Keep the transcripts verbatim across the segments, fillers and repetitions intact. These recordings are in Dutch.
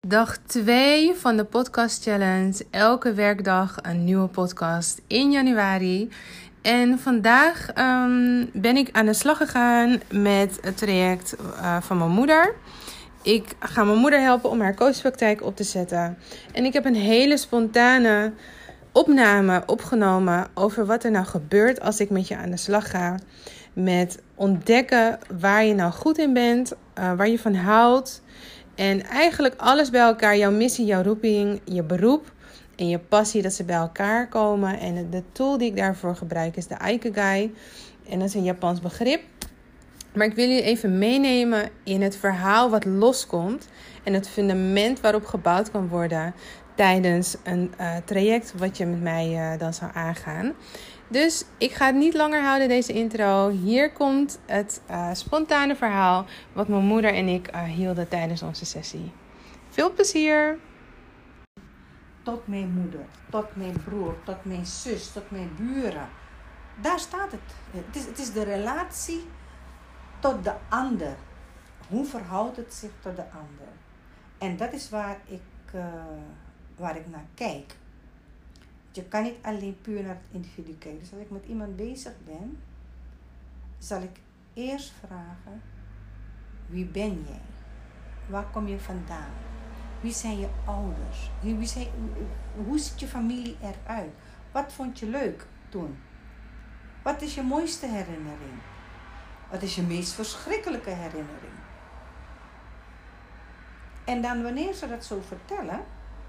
Dag twee van de podcast challenge. Elke werkdag een nieuwe podcast in januari. En vandaag um, ben ik aan de slag gegaan met het traject uh, van mijn moeder. Ik ga mijn moeder helpen om haar coachpraktijk op te zetten. En ik heb een hele spontane opname opgenomen over wat er nou gebeurt als ik met je aan de slag ga. Met ontdekken waar je nou goed in bent, uh, waar je van houdt. En eigenlijk alles bij elkaar, jouw missie, jouw roeping, je beroep en je passie, dat ze bij elkaar komen. En de tool die ik daarvoor gebruik is de Ikigai. En dat is een Japans begrip. Maar ik wil jullie even meenemen in het verhaal wat loskomt. En het fundament waarop gebouwd kan worden tijdens een uh, traject wat je met mij uh, dan zou aangaan. Dus ik ga het niet langer houden, deze intro. Hier komt het uh, spontane verhaal wat mijn moeder en ik uh, hielden tijdens onze sessie. Veel plezier! Tot mijn moeder, tot mijn broer, tot mijn zus, tot mijn buren. Daar staat het. Het is, het is de relatie tot de ander. Hoe verhoudt het zich tot de ander? En dat is waar ik, uh, waar ik naar kijk. Je kan niet alleen puur naar het individu kijken. Dus als ik met iemand bezig ben, zal ik eerst vragen: wie ben jij? Waar kom je vandaan? Wie zijn je ouders? Wie zijn, hoe ziet je familie eruit? Wat vond je leuk toen? Wat is je mooiste herinnering? Wat is je meest verschrikkelijke herinnering? En dan wanneer ze dat zo vertellen,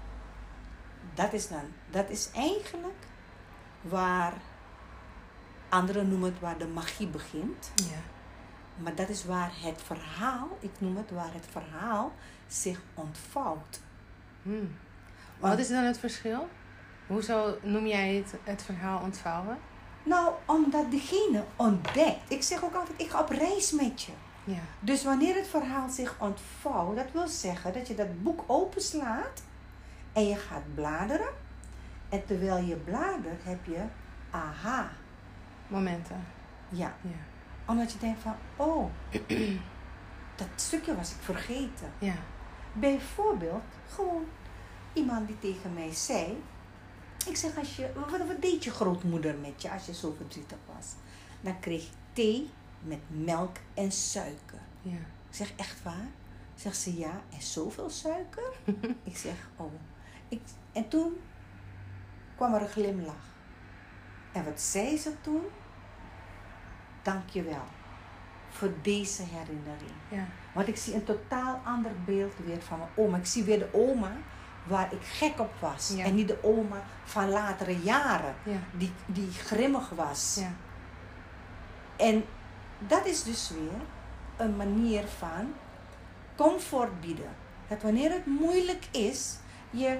dat is dan, dat is eigenlijk waar, anderen noemen het waar de magie begint. Ja. Maar dat is waar het verhaal, ik noem het waar het verhaal zich ontvouwt. Hmm. Wat is dan het verschil? Hoezo noem jij het het verhaal ontvouwen? Nou, omdat degene ontdekt. Ik zeg ook altijd, ik ga op reis met je. Ja. Dus wanneer het verhaal zich ontvouwt, dat wil zeggen dat je dat boek openslaat en je gaat bladeren. En terwijl je bladert, heb je aha. Momenten. Ja. Ja. Omdat je denkt van, oh, dat stukje was ik vergeten. Ja. Bijvoorbeeld, gewoon iemand die tegen mij zei, ik zeg, als je, wat, wat deed je grootmoeder met je als je zo verdrietig was? Dan kreeg je thee met melk en suiker. Ja. Ik zeg, echt waar? Zegt ze, ja, en zoveel suiker? Ik zeg, oh. Ik, en toen kwam er een glimlach. En wat zei ze toen? Dank je wel voor deze herinnering. Ja. Want ik zie een totaal ander beeld weer van mijn oma. Ik zie weer de oma waar ik gek op was. Ja. En niet de oma van latere jaren. Ja. Die, die grimmig was. Ja. En dat is dus weer een manier van comfort bieden. Dat wanneer het moeilijk is, je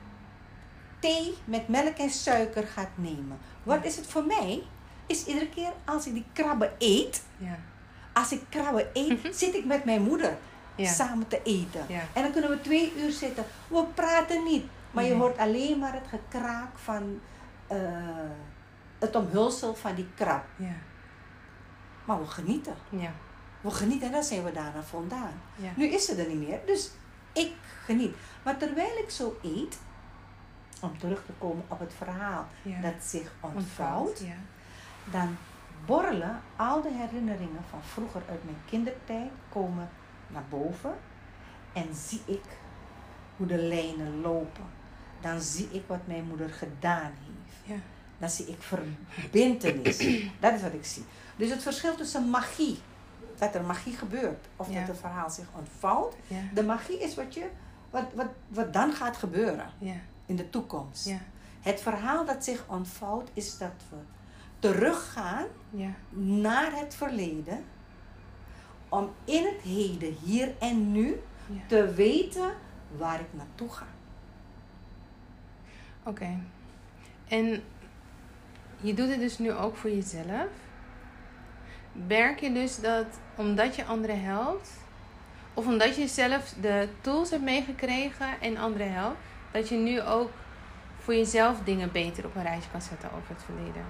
thee met melk en suiker gaat nemen. Wat Ja. is het voor mij? Is iedere keer als ik die krabben eet, Ja. als ik krabben eet, zit ik met mijn moeder Ja. samen te eten. Ja. En dan kunnen we twee uur zitten. We praten niet, maar Nee. je hoort alleen maar het gekraak van uh, het omhulsel van die krab. Ja. Maar we genieten. Ja. We genieten en dan zijn we daarna voldaan. Ja. Nu is ze er niet meer, dus ik geniet. Maar terwijl ik zo eet, om terug te komen op het verhaal Ja. dat zich ontvouwt, Ontvouwt, ja. dan borrelen al de herinneringen van vroeger uit mijn kindertijd komen naar boven. En zie ik hoe de lijnen lopen. Dan zie ik wat mijn moeder gedaan heeft. Ja. Dan zie ik verbintenis. Dat is wat ik zie. Dus het verschil tussen magie, dat er magie gebeurt, of Ja. dat het verhaal zich ontvouwt. Ja. De magie is wat, je, wat, wat, wat dan gaat gebeuren Ja. in de toekomst. Ja. Het verhaal dat zich ontvouwt is dat we teruggaan Ja. naar het verleden. Om in het heden, hier en nu, Ja. te weten waar ik naartoe ga. Oké. Okay. En je doet het dus nu ook voor jezelf. Merk je dus dat omdat je anderen helpt, of omdat je zelf de tools hebt meegekregen en anderen helpt, dat je nu ook voor jezelf dingen beter op een rijtje kan zetten over het verleden?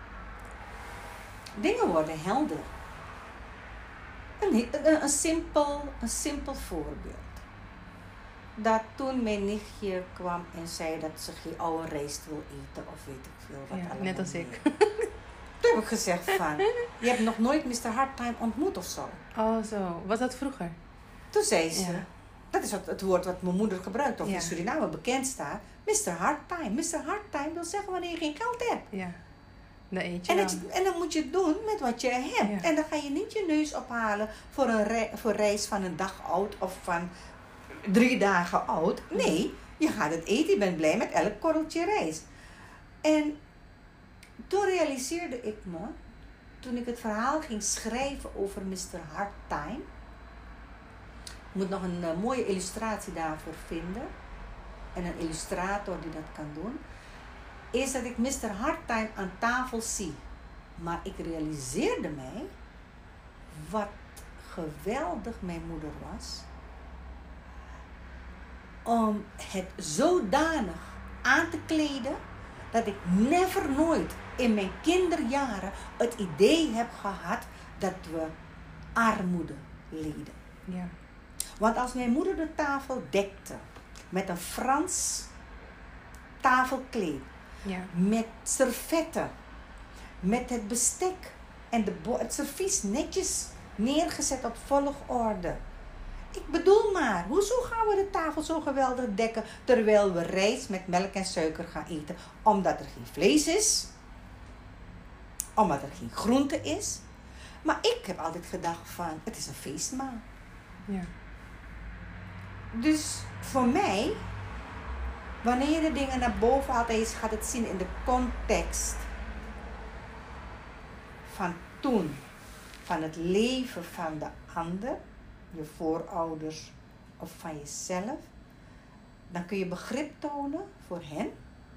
Dingen worden helder. Een, een, een, simpel, een simpel voorbeeld. dat toen mijn nichtje kwam en zei dat ze geen oude rijst wil eten of weet ik veel wat Ja, allemaal net als meer. ik. Toen heb ik gezegd van, je hebt nog nooit mister Hardtime ontmoet of zo. Oh, zo. Was dat vroeger? Toen zei ze, Ja. dat is wat, het woord wat mijn moeder gebruikt, of Ja. in Suriname bekend staat. mister Hardtime. mister Hardtime wil zeggen wanneer je geen geld hebt. Ja. Dan eet je En, wel. dat je, en dan moet je het doen met wat je hebt. Ja. En dan ga je niet je neus ophalen voor een rei, voor reis van een dag oud of van drie dagen oud. Nee, je gaat het eten. Je bent blij met elk korreltje rijst. En toen realiseerde ik me, toen ik het verhaal ging schrijven over mister Hardtime. Ik moet nog een uh, mooie illustratie daarvoor vinden. En een illustrator die dat kan doen. Is dat ik mister Hardtime aan tafel zie. Maar ik realiseerde mij wat geweldig mijn moeder was. Om het zodanig aan te kleden dat ik never nooit in mijn kinderjaren het idee heb gehad dat we armoede leden. Ja. Want als mijn moeder de tafel dekte met een Frans tafelkleed, Ja. met servetten, met het bestek en de bo- het servies netjes neergezet op volgorde. Ik bedoel maar, hoezo gaan we de tafel zo geweldig dekken terwijl we rijst met melk en suiker gaan eten? Omdat er geen vlees is, omdat er geen groente is. Maar ik heb altijd gedacht van, het is een feestmaal. Ja. Dus voor mij, wanneer je de dingen naar boven haalt en je gaat het zien in de context van toen, van het leven van de ander, je voorouders of van jezelf, dan kun je begrip tonen voor hen,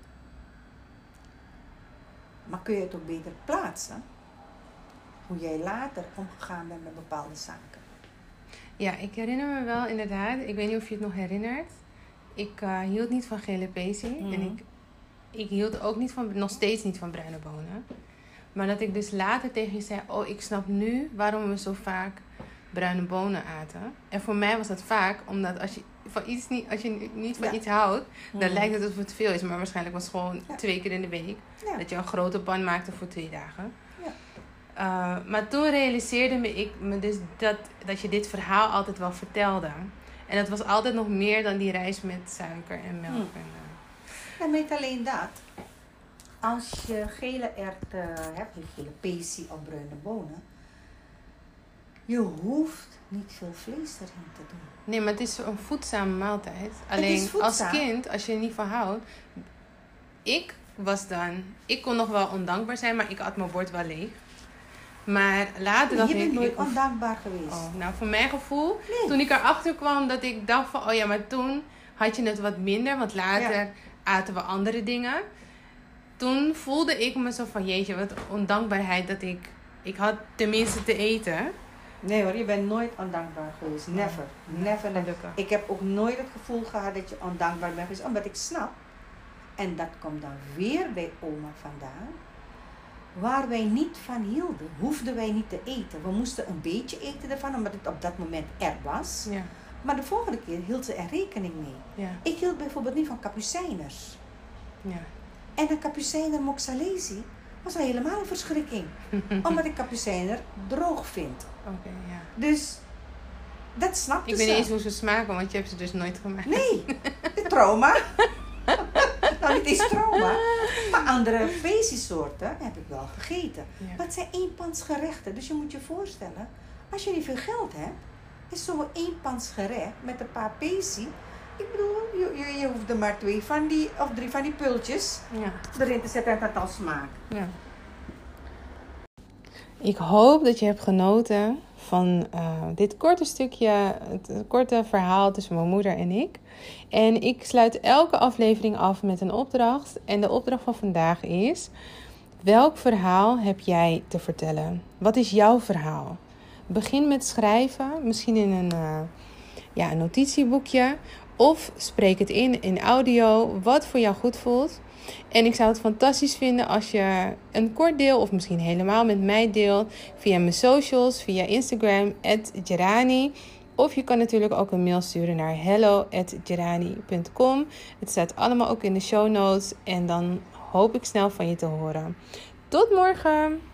maar kun je het ook beter plaatsen hoe jij later omgegaan bent met bepaalde zaken. Ja, ik herinner me wel inderdaad. Ik weet niet of je het nog herinnert. Ik uh, hield niet van gele pezi. Mhm. En ik, ik hield ook niet van, nog steeds niet van bruine bonen. Maar dat ik dus later tegen je zei, oh, ik snap nu waarom we zo vaak bruine bonen aten. En voor mij was dat vaak, omdat als je van iets niet, als je niet van Ja. iets houdt, dan Mhm. lijkt het alsof het veel is. Maar waarschijnlijk was het gewoon Ja. twee keer in de week. Ja. Dat je een grote pan maakte voor twee dagen. Ja. Uh, maar toen realiseerde me ik me dus dat, dat je dit verhaal altijd wel vertelde. En het was altijd nog meer dan die rijst met suiker en melk. Hmm. En, uh, En niet alleen dat. Als je gele erwten hebt, je gele pezi of bruine bonen, je hoeft niet veel vlees erin te doen. nee, maar het is een voedzame maaltijd. Alleen is voedzaam. als kind, als je er niet van houdt. Ik was dan... Ik kon nog wel ondankbaar zijn, maar ik at mijn bord wel leeg. Maar later dacht Je ik... bent nooit ik hoef- ondankbaar geweest. Oh, nou, voor mijn gevoel, Nee. toen ik erachter kwam dat ik dacht van, oh ja, maar toen had je het wat minder, want later Ja. aten we andere dingen. Toen voelde ik me zo van, jeetje, wat ondankbaarheid dat ik, ik had tenminste te eten. Nee hoor, je bent nooit ondankbaar geweest. Never. Never, never. Gelukkig. Ik heb ook nooit het gevoel gehad dat je ondankbaar bent geweest. Omdat ik snap, en dat komt dan weer bij oma vandaan. Waar wij niet van hielden, hoefden wij niet te eten. We moesten een beetje eten ervan, omdat het op dat moment er was. Ja, Maar de volgende keer hield ze er rekening mee. ja, Ik hield bijvoorbeeld niet van kapucijners. ja. En een kapucijner moxalesi was al helemaal een verschrikking. Omdat ik kapucijner droog vind. Oké, ja. Dus dat snapte Ik ze. weet niet eens hoe ze smaken, want je hebt ze dus nooit gemaakt. Nee, de trauma. Nou, niet eens trauma. Maar andere vleessoorten heb ik wel gegeten. Ja. Maar het zijn eenpansgerechten. Dus je moet je voorstellen, als je niet veel geld hebt, is zo'n eenpansgerecht met een paar pezi. Ik bedoel, je, je, je hoeft er maar twee van die, of drie van die pultjes Ja. erin te zetten en dat al smaak. Ja. Ik hoop dat je hebt genoten van uh, dit korte stukje, het korte verhaal tussen mijn moeder en ik. En ik sluit elke aflevering af met een opdracht. En de opdracht van vandaag is: welk verhaal heb jij te vertellen? Wat is jouw verhaal? Begin met schrijven, misschien in een, uh, ja, een notitieboekje. Of spreek het in in audio, wat voor jou goed voelt. En ik zou het fantastisch vinden als je een kort deel of misschien helemaal met mij deelt via mijn socials, via Instagram, at Gerani. Of je kan natuurlijk ook een mail sturen naar hello at gerani punt com. Het staat allemaal ook in de show notes. En dan hoop ik snel van je te horen. Tot morgen!